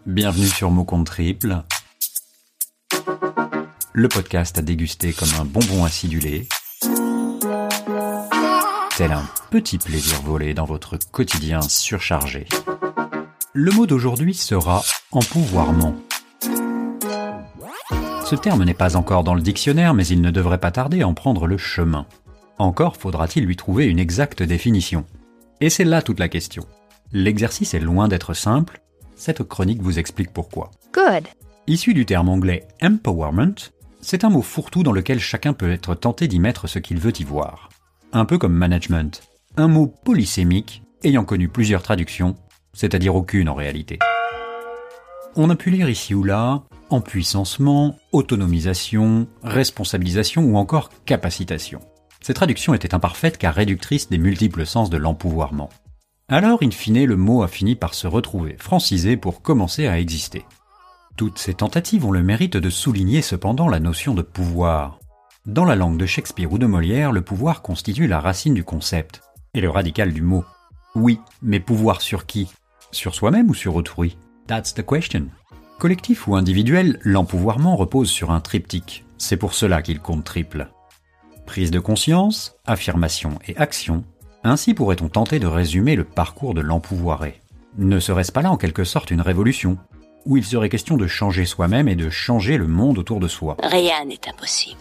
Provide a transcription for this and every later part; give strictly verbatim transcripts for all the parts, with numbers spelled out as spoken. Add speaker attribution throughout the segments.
Speaker 1: Bienvenue sur Mots Compte Triple, le podcast à déguster comme un bonbon acidulé, tel un petit plaisir volé dans votre quotidien surchargé. Le mot d'aujourd'hui sera empouvoirment. Ce terme n'est pas encore dans le dictionnaire, mais il ne devrait pas tarder à en prendre le chemin. Encore faudra-t-il lui trouver une exacte définition. Et c'est là toute la question. L'exercice est loin d'être simple, cette chronique vous explique pourquoi.
Speaker 2: Good.
Speaker 1: Issu du terme anglais « empowerment », c'est un mot fourre-tout dans lequel chacun peut être tenté d'y mettre ce qu'il veut y voir. Un peu comme management, un mot polysémique ayant connu plusieurs traductions, c'est-à-dire aucune en réalité. On a pu lire ici ou là « empuissancement »,« autonomisation »,« responsabilisation » ou encore « capacitation ». Ces traductions étaient imparfaites car réductrices des multiples sens de l'empouvoirment. Alors, in fine, le mot a fini par se retrouver francisé pour commencer à exister. Toutes ces tentatives ont le mérite de souligner cependant la notion de pouvoir. Dans la langue de Shakespeare ou de Molière, le pouvoir constitue la racine du concept, et le radical du mot. Oui, mais pouvoir sur qui ? Sur soi-même ou sur autrui ? That's the question. Collectif ou individuel, l'empouvoirment repose sur un triptyque. C'est pour cela qu'il compte triple. Prise de conscience, affirmation et action. Ainsi pourrait-on tenter de résumer le parcours de l'empouvoiré. Ne serait-ce pas là en quelque sorte une révolution, où il serait question de changer soi-même et de changer le monde autour de soi ?
Speaker 2: Rien n'est impossible.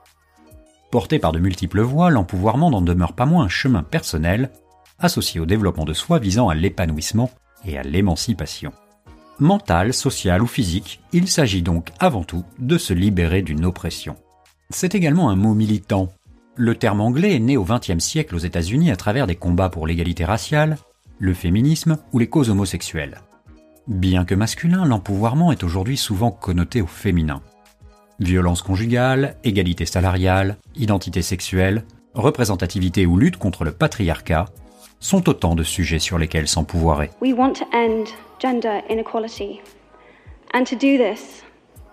Speaker 1: Porté par de multiples voies, l'empouvoirment n'en demeure pas moins un chemin personnel, associé au développement de soi visant à l'épanouissement et à l'émancipation. Mental, social ou physique, il s'agit donc avant tout de se libérer d'une oppression. C'est également un mot militant. Le terme anglais est né au vingtième siècle aux États-Unis à travers des combats pour l'égalité raciale, le féminisme ou les causes homosexuelles. Bien que masculin, l'empouvoirment est aujourd'hui souvent connoté au féminin. Violence conjugale, égalité salariale, identité sexuelle, représentativité ou lutte contre le patriarcat sont autant de sujets sur lesquels s'empouvoirer.
Speaker 3: We want to end gender inequality. And to do this,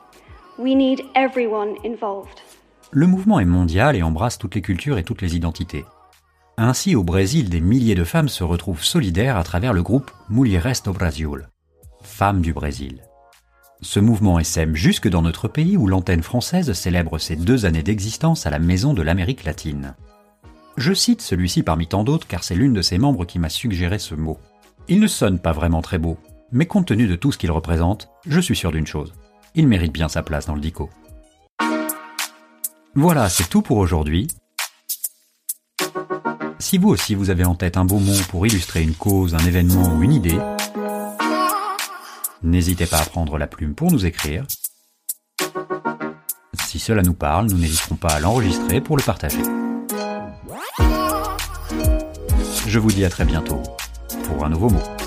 Speaker 3: we need everyone involved.
Speaker 1: Le mouvement est mondial et embrasse toutes les cultures et toutes les identités. Ainsi, au Brésil, des milliers de femmes se retrouvent solidaires à travers le groupe Mulheres do Brasil, Femmes du Brésil. Ce mouvement essaime jusque dans notre pays où l'antenne française célèbre ses deux années d'existence à la Maison de l'Amérique latine. Je cite celui-ci parmi tant d'autres car c'est l'une de ses membres qui m'a suggéré ce mot. Il ne sonne pas vraiment très beau, mais compte tenu de tout ce qu'il représente, je suis sûr d'une chose. Il mérite bien sa place dans le dico. Voilà, c'est tout pour aujourd'hui. Si vous aussi vous avez en tête un beau mot pour illustrer une cause, un événement ou une idée, n'hésitez pas à prendre la plume pour nous écrire. Si cela nous parle, nous n'hésiterons pas à l'enregistrer pour le partager. Je vous dis à très bientôt pour un nouveau mot.